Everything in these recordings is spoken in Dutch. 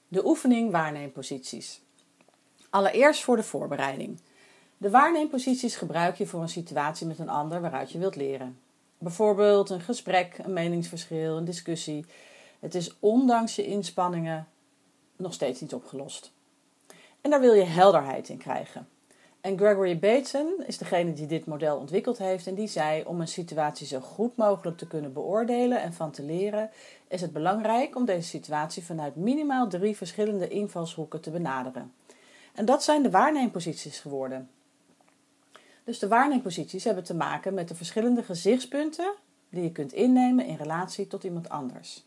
De oefening waarneemposities. Allereerst voor de voorbereiding. De waarneemposities gebruik je voor een situatie met een ander waaruit je wilt leren. Bijvoorbeeld een gesprek, een meningsverschil, een discussie. Het is ondanks je inspanningen nog steeds niet opgelost. En daar wil je helderheid in krijgen. En Gregory Bateson is degene die dit model ontwikkeld heeft en die zei: om een situatie zo goed mogelijk te kunnen beoordelen en van te leren, is het belangrijk om deze situatie vanuit minimaal 3 verschillende invalshoeken te benaderen. En dat zijn de waarneemposities geworden. Dus de waarneemposities hebben te maken met de verschillende gezichtspunten die je kunt innemen in relatie tot iemand anders.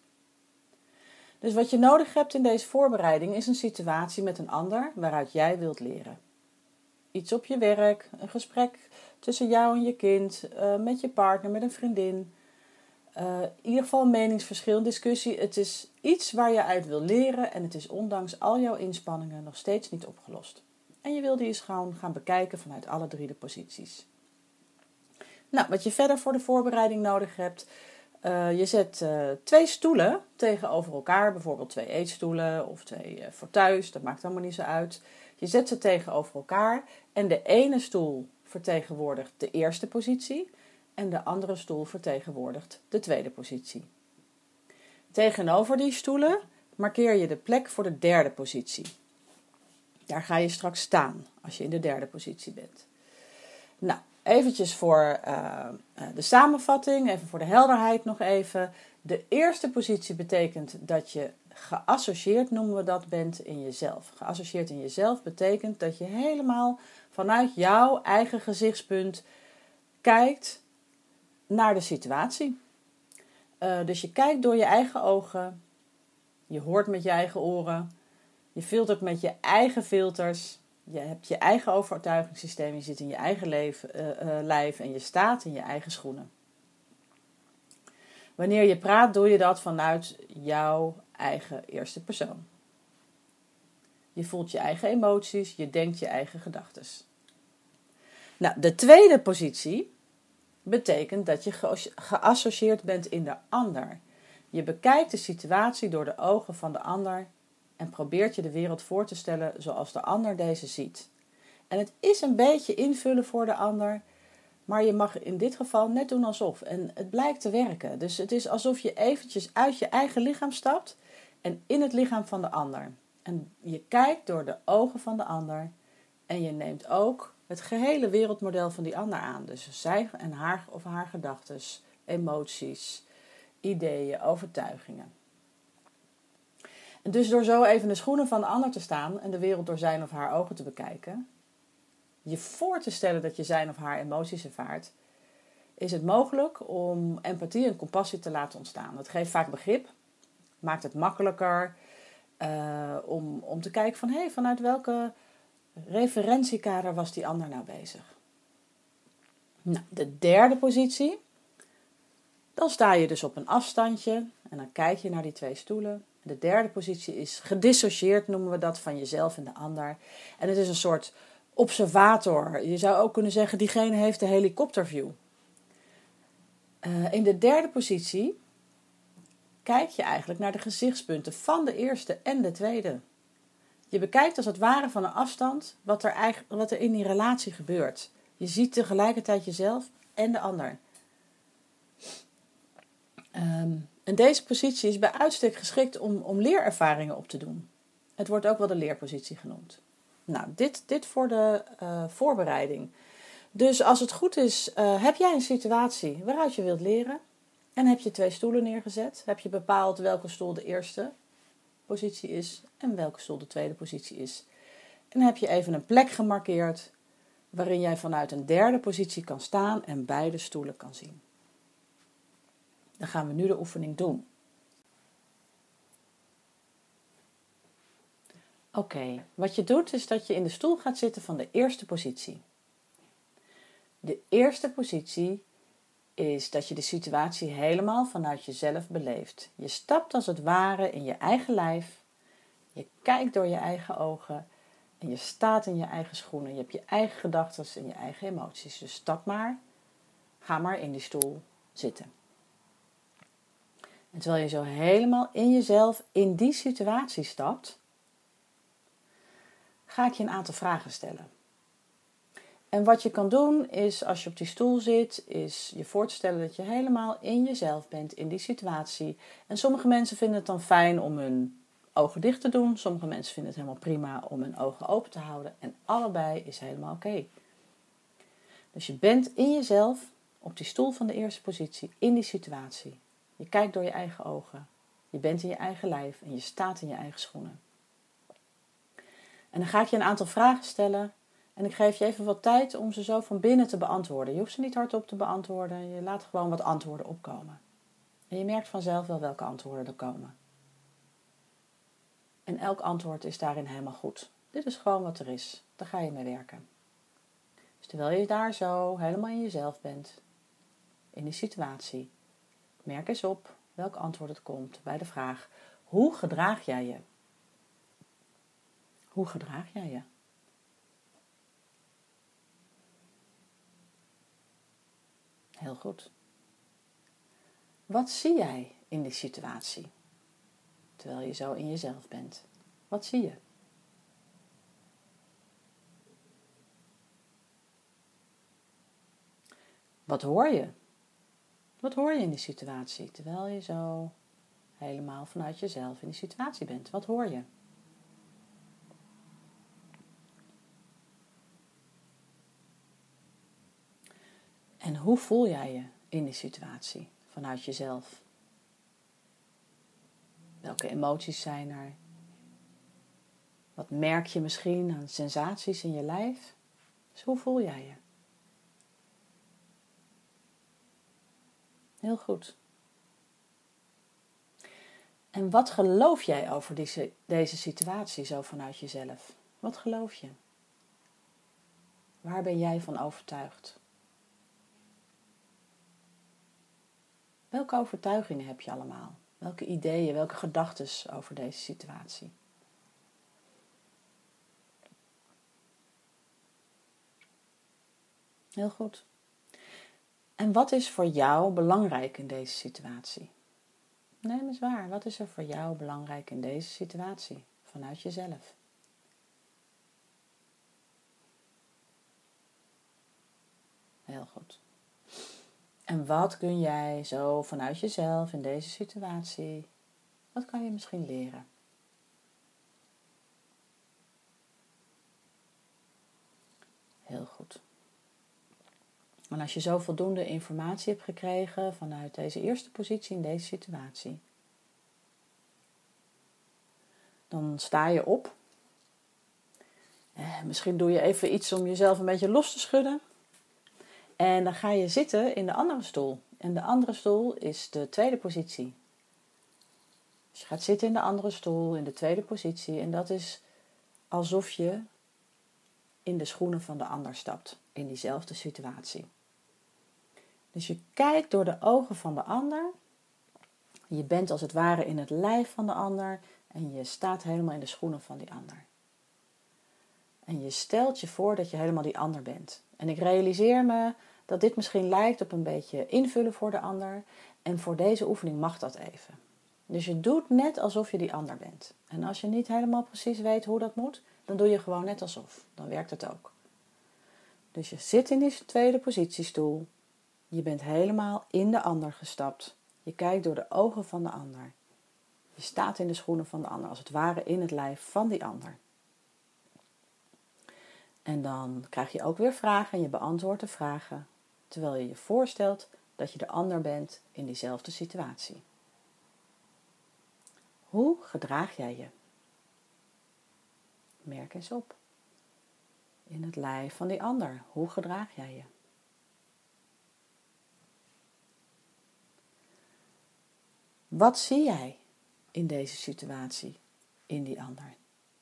Dus wat je nodig hebt in deze voorbereiding is een situatie met een ander waaruit jij wilt leren. Iets op je werk, een gesprek tussen jou en je kind, met je partner, met een vriendin. In ieder geval een meningsverschil, een discussie. Het is iets waar je uit wil leren en het is ondanks al jouw inspanningen nog steeds niet opgelost. En je wil die eens gewoon gaan bekijken vanuit alle 3 de posities. Nou, wat je verder voor de voorbereiding nodig hebt. Je zet 2 stoelen tegenover elkaar, bijvoorbeeld 2 eetstoelen of 2 voor thuis, dat maakt allemaal niet zo uit. Je zet ze tegenover elkaar en de ene stoel vertegenwoordigt de eerste positie en de andere stoel vertegenwoordigt de tweede positie. Tegenover die stoelen markeer je de plek voor de derde positie. Daar ga je straks staan als je in de derde positie bent. Nou, eventjes voor de samenvatting, even voor de helderheid nog even. De eerste positie betekent dat je geassocieerd, noemen we dat, bent in jezelf. Geassocieerd in jezelf betekent dat je helemaal vanuit jouw eigen gezichtspunt kijkt naar de situatie. Dus je kijkt door je eigen ogen, je hoort met je eigen oren, je filtert met je eigen filters. Je hebt je eigen overtuigingssysteem, je zit in je eigen lijf en je staat in je eigen schoenen. Wanneer je praat, doe je dat vanuit jouw eigen eerste persoon. Je voelt je eigen emoties, je denkt je eigen gedachten. Nou, de tweede positie betekent dat je geassocieerd bent in de ander. Je bekijkt de situatie door de ogen van de ander en probeert je de wereld voor te stellen zoals de ander deze ziet. En het is een beetje invullen voor de ander, maar je mag in dit geval net doen alsof. En het blijkt te werken. Dus het is alsof je eventjes uit je eigen lichaam stapt en in het lichaam van de ander. En je kijkt door de ogen van de ander en je neemt ook het gehele wereldmodel van die ander aan. Dus zij en haar of haar gedachten, emoties, ideeën, overtuigingen. En dus door zo even in de schoenen van de ander te staan en de wereld door zijn of haar ogen te bekijken, je voor te stellen dat je zijn of haar emoties ervaart, is het mogelijk om empathie en compassie te laten ontstaan. Dat geeft vaak begrip, maakt het makkelijker om te kijken van vanuit welke referentiekader was die ander nou bezig. Nou, de derde positie, dan sta je dus op een afstandje en dan kijk je naar die 2 stoelen. De derde positie is gedissocieerd, noemen we dat, van jezelf en de ander. En het is een soort observator. Je zou ook kunnen zeggen, diegene heeft de helikopterview. In de derde positie kijk je eigenlijk naar de gezichtspunten van de eerste en de tweede. Je bekijkt als het ware van een afstand wat er in die relatie gebeurt. Je ziet tegelijkertijd jezelf en de ander. En deze positie is bij uitstek geschikt om leerervaringen op te doen. Het wordt ook wel de leerpositie genoemd. Nou, dit voor de voorbereiding. Dus als het goed is, heb jij een situatie waaruit je wilt leren en heb je 2 stoelen neergezet. Heb je bepaald welke stoel de eerste positie is en welke stoel de tweede positie is. En dan heb je even een plek gemarkeerd waarin jij vanuit een derde positie kan staan en beide stoelen kan zien. Dan gaan we nu de oefening doen. Oké, wat je doet is dat je in de stoel gaat zitten van de eerste positie. De eerste positie is dat je de situatie helemaal vanuit jezelf beleeft. Je stapt als het ware in je eigen lijf. Je kijkt door je eigen ogen. En je staat in je eigen schoenen. Je hebt je eigen gedachten en je eigen emoties. Dus stap maar. Ga maar in die stoel zitten. En terwijl je zo helemaal in jezelf in die situatie stapt, ga ik je een aantal vragen stellen. En wat je kan doen is, als je op die stoel zit, is je voor te stellen dat je helemaal in jezelf bent, in die situatie. En sommige mensen vinden het dan fijn om hun ogen dicht te doen. Sommige mensen vinden het helemaal prima om hun ogen open te houden. En allebei is helemaal oké. Dus je bent in jezelf, op die stoel van de eerste positie, in die situatie. Je kijkt door je eigen ogen. Je bent in je eigen lijf en je staat in je eigen schoenen. En dan ga ik je een aantal vragen stellen. En ik geef je even wat tijd om ze zo van binnen te beantwoorden. Je hoeft ze niet hardop te beantwoorden. Je laat gewoon wat antwoorden opkomen. En je merkt vanzelf wel welke antwoorden er komen. En elk antwoord is daarin helemaal goed. Dit is gewoon wat er is. Daar ga je mee werken. Dus terwijl je daar zo helemaal in jezelf bent, in die situatie, merk eens op welk antwoord het komt bij de vraag: hoe gedraag jij je? Hoe gedraag jij je? Heel goed. Wat zie jij in die situatie? Terwijl je zo in jezelf bent. Wat zie je? Wat hoor je? Wat hoor je in die situatie? Terwijl je zo helemaal vanuit jezelf in die situatie bent. Wat hoor je? En hoe voel jij je in die situatie vanuit jezelf? Welke emoties zijn er? Wat merk je misschien aan sensaties in je lijf? Dus hoe voel jij je? Heel goed. En wat geloof jij over deze situatie zo vanuit jezelf? Wat geloof je? Waar ben jij van overtuigd? Welke overtuigingen heb je allemaal? Welke ideeën, welke gedachten over deze situatie? Heel goed. En wat is voor jou belangrijk in deze situatie? Neem eens waar. Wat is er voor jou belangrijk in deze situatie? Vanuit jezelf. Heel goed. En wat kun jij zo vanuit jezelf in deze situatie, wat kan je misschien leren? Heel goed. En als je zo voldoende informatie hebt gekregen vanuit deze eerste positie in deze situatie, dan sta je op. Misschien doe je even iets om jezelf een beetje los te schudden. En dan ga je zitten in de andere stoel. En de andere stoel is de tweede positie. Dus je gaat zitten in de andere stoel, in de tweede positie. En dat is alsof je in de schoenen van de ander stapt. In diezelfde situatie. Dus je kijkt door de ogen van de ander. Je bent als het ware in het lijf van de ander. En je staat helemaal in de schoenen van die ander. En je stelt je voor dat je helemaal die ander bent. En ik realiseer me dat dit misschien lijkt op een beetje invullen voor de ander. En voor deze oefening mag dat even. Dus je doet net alsof je die ander bent. En als je niet helemaal precies weet hoe dat moet, dan doe je gewoon net alsof. Dan werkt het ook. Dus je zit in die tweede positiestoel. Je bent helemaal in de ander gestapt. Je kijkt door de ogen van de ander. Je staat in de schoenen van de ander, als het ware in het lijf van die ander. En dan krijg je ook weer vragen en je beantwoordt de vragen, terwijl je je voorstelt dat je de ander bent in diezelfde situatie. Hoe gedraag jij je? Merk eens op. In het lijf van die ander, hoe gedraag jij je? Wat zie jij in deze situatie, in die ander?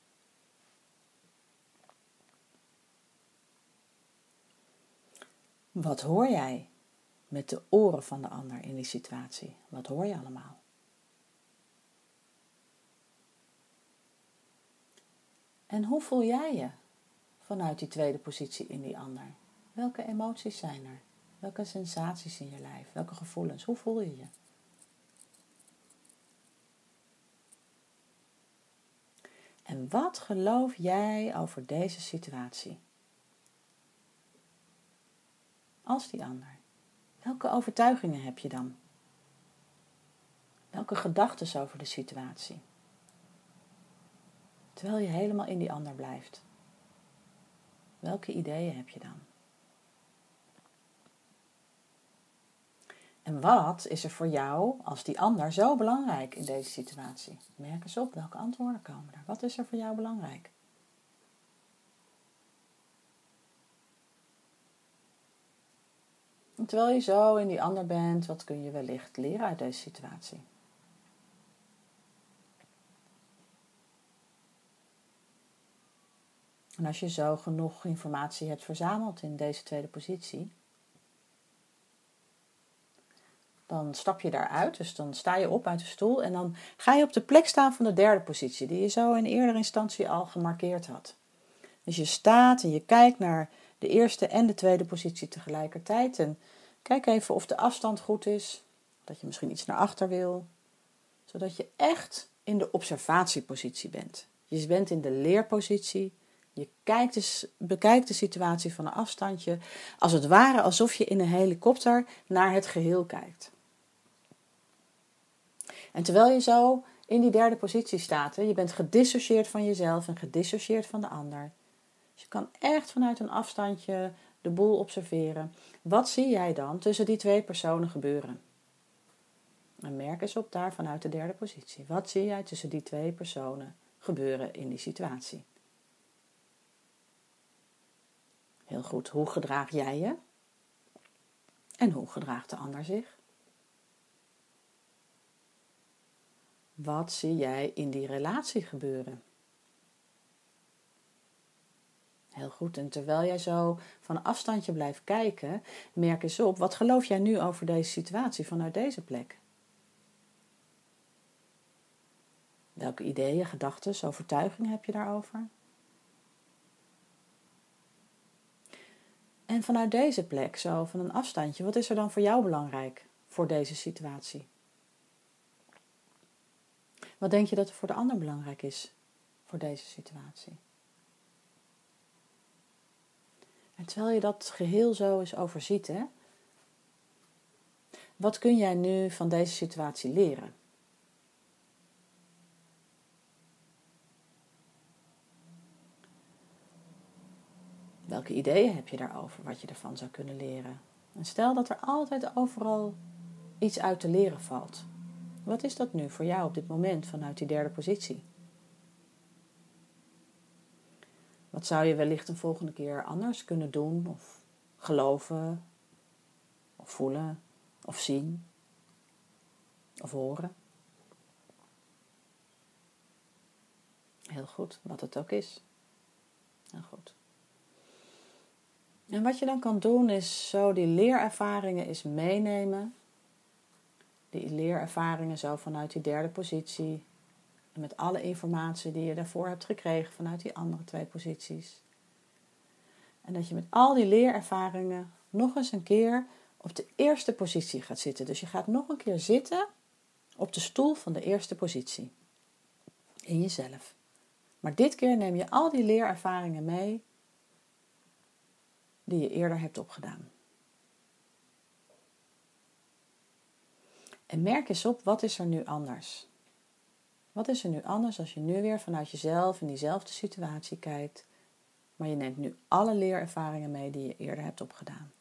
Wat hoor jij met de oren van de ander in die situatie? Wat hoor je allemaal? En hoe voel jij je vanuit die tweede positie in die ander? Welke emoties zijn er? Welke sensaties in je lijf? Welke gevoelens? Hoe voel je je? En wat geloof jij over deze situatie? Als die ander. Welke overtuigingen heb je dan? Welke gedachten over de situatie? Terwijl je helemaal in die ander blijft. Welke ideeën heb je dan? En wat is er voor jou als die ander zo belangrijk in deze situatie? Merk eens op, welke antwoorden komen er? Wat is er voor jou belangrijk? En terwijl je zo in die ander bent, wat kun je wellicht leren uit deze situatie? En als je zo genoeg informatie hebt verzameld in deze tweede positie, dan stap je daaruit, dus dan sta je op uit de stoel en dan ga je op de plek staan van de derde positie, die je zo in eerdere instantie al gemarkeerd had. Dus je staat en je kijkt naar de eerste en de tweede positie tegelijkertijd en kijk even of de afstand goed is, dat je misschien iets naar achter wil, zodat je echt in de observatiepositie bent. Je bent in de leerpositie, je bekijkt de situatie van een afstandje, als het ware alsof je in een helikopter naar het geheel kijkt. En terwijl je zo in die derde positie staat, je bent gedissocieerd van jezelf en gedissocieerd van de ander. Dus je kan echt vanuit een afstandje de boel observeren. Wat zie jij dan tussen die twee personen gebeuren? En merk eens op daar vanuit de derde positie. Wat zie jij tussen die twee personen gebeuren in die situatie? Heel goed, hoe gedraag jij je? En hoe gedraagt de ander zich? Wat zie jij in die relatie gebeuren? Heel goed, en terwijl jij zo van een afstandje blijft kijken, merk eens op, wat geloof jij nu over deze situatie vanuit deze plek? Welke ideeën, gedachten, overtuigingen heb je daarover? En vanuit deze plek, zo van een afstandje, wat is er dan voor jou belangrijk voor deze situatie? Wat denk je dat er voor de ander belangrijk is voor deze situatie? En terwijl je dat geheel zo eens overziet, wat kun jij nu van deze situatie leren? Welke ideeën heb je daarover, wat je ervan zou kunnen leren? En stel dat er altijd overal iets uit te leren valt. Wat is dat nu voor jou op dit moment vanuit die derde positie? Wat zou je wellicht een volgende keer anders kunnen doen of geloven of voelen of zien of horen? Heel goed, wat het ook is. Heel goed. En wat je dan kan doen is zo die leerervaringen eens meenemen. Die leerervaringen zo vanuit die derde positie. En met alle informatie die je daarvoor hebt gekregen vanuit die andere twee posities. En dat je met al die leerervaringen nog eens een keer op de eerste positie gaat zitten. Dus je gaat nog een keer zitten op de stoel van de eerste positie. In jezelf. Maar dit keer neem je al die leerervaringen mee die je eerder hebt opgedaan. En merk eens op, wat is er nu anders? Wat is er nu anders als je nu weer vanuit jezelf in diezelfde situatie kijkt, maar je neemt nu alle leerervaringen mee die je eerder hebt opgedaan?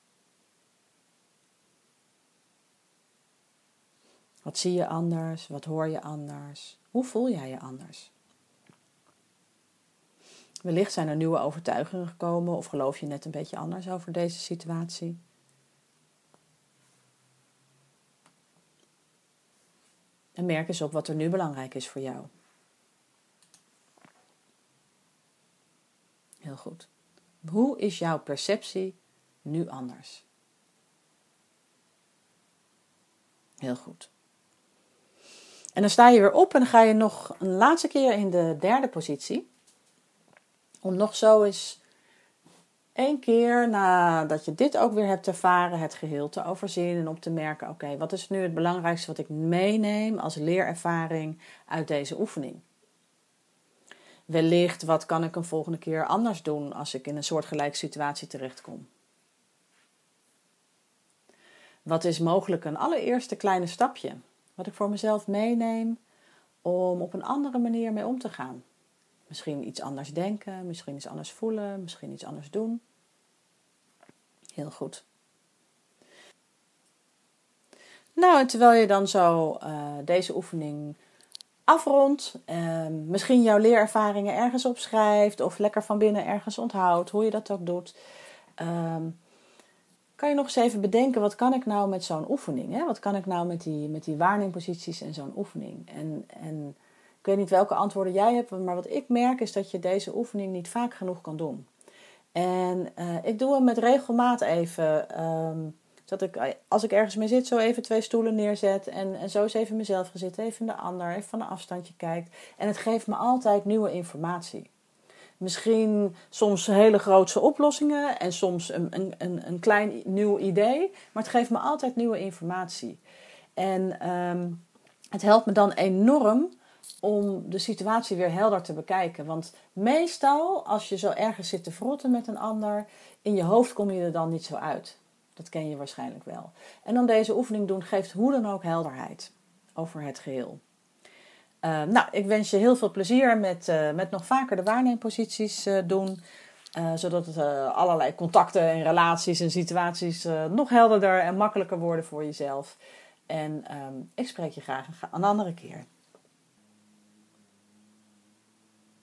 Wat zie je anders? Wat hoor je anders? Hoe voel jij je anders? Wellicht zijn er nieuwe overtuigingen gekomen of geloof je net een beetje anders over deze situatie. En merk eens op wat er nu belangrijk is voor jou. Heel goed. Hoe is jouw perceptie nu anders? Heel goed. En dan sta je weer op en dan ga je nog een laatste keer in de derde positie. Om nog zo eens 1 keer nadat je dit ook weer hebt ervaren, het geheel te overzien en om te merken, oké, wat is nu het belangrijkste wat ik meeneem als leerervaring uit deze oefening? Wellicht, wat kan ik een volgende keer anders doen als ik in een soortgelijke situatie terechtkom? Wat is mogelijk een allereerste kleine stapje wat ik voor mezelf meeneem om op een andere manier mee om te gaan? Misschien iets anders denken, misschien iets anders voelen, misschien iets anders doen. Heel goed. Nou, en terwijl je dan zo deze oefening afrondt, misschien jouw leerervaringen ergens opschrijft of lekker van binnen ergens onthoudt, hoe je dat ook doet, kan je nog eens even bedenken, wat kan ik nou met zo'n oefening? Hè? Wat kan ik nou met die waarneemposities en zo'n oefening? En ik weet niet welke antwoorden jij hebt, maar wat ik merk is dat je deze oefening niet vaak genoeg kan doen. En ik doe hem met regelmaat even, dat ik, als ik ergens mee zit, zo even 2 stoelen neerzet en zo eens even mezelf ga zitten, even de ander, even van een afstandje kijkt. En het geeft me altijd nieuwe informatie. Misschien soms hele grootse oplossingen en soms een klein nieuw idee. Maar het geeft me altijd nieuwe informatie. En het helpt me dan enorm om de situatie weer helder te bekijken. Want meestal, als je zo ergens zit te frotten met een ander, in je hoofd kom je er dan niet zo uit. Dat ken je waarschijnlijk wel. En dan deze oefening doen geeft hoe dan ook helderheid over het geheel. Nou, ik wens je heel veel plezier met nog vaker de waarneemposities doen. Zodat het allerlei contacten en relaties en situaties nog helderder en makkelijker worden voor jezelf. En ik spreek je graag een andere keer.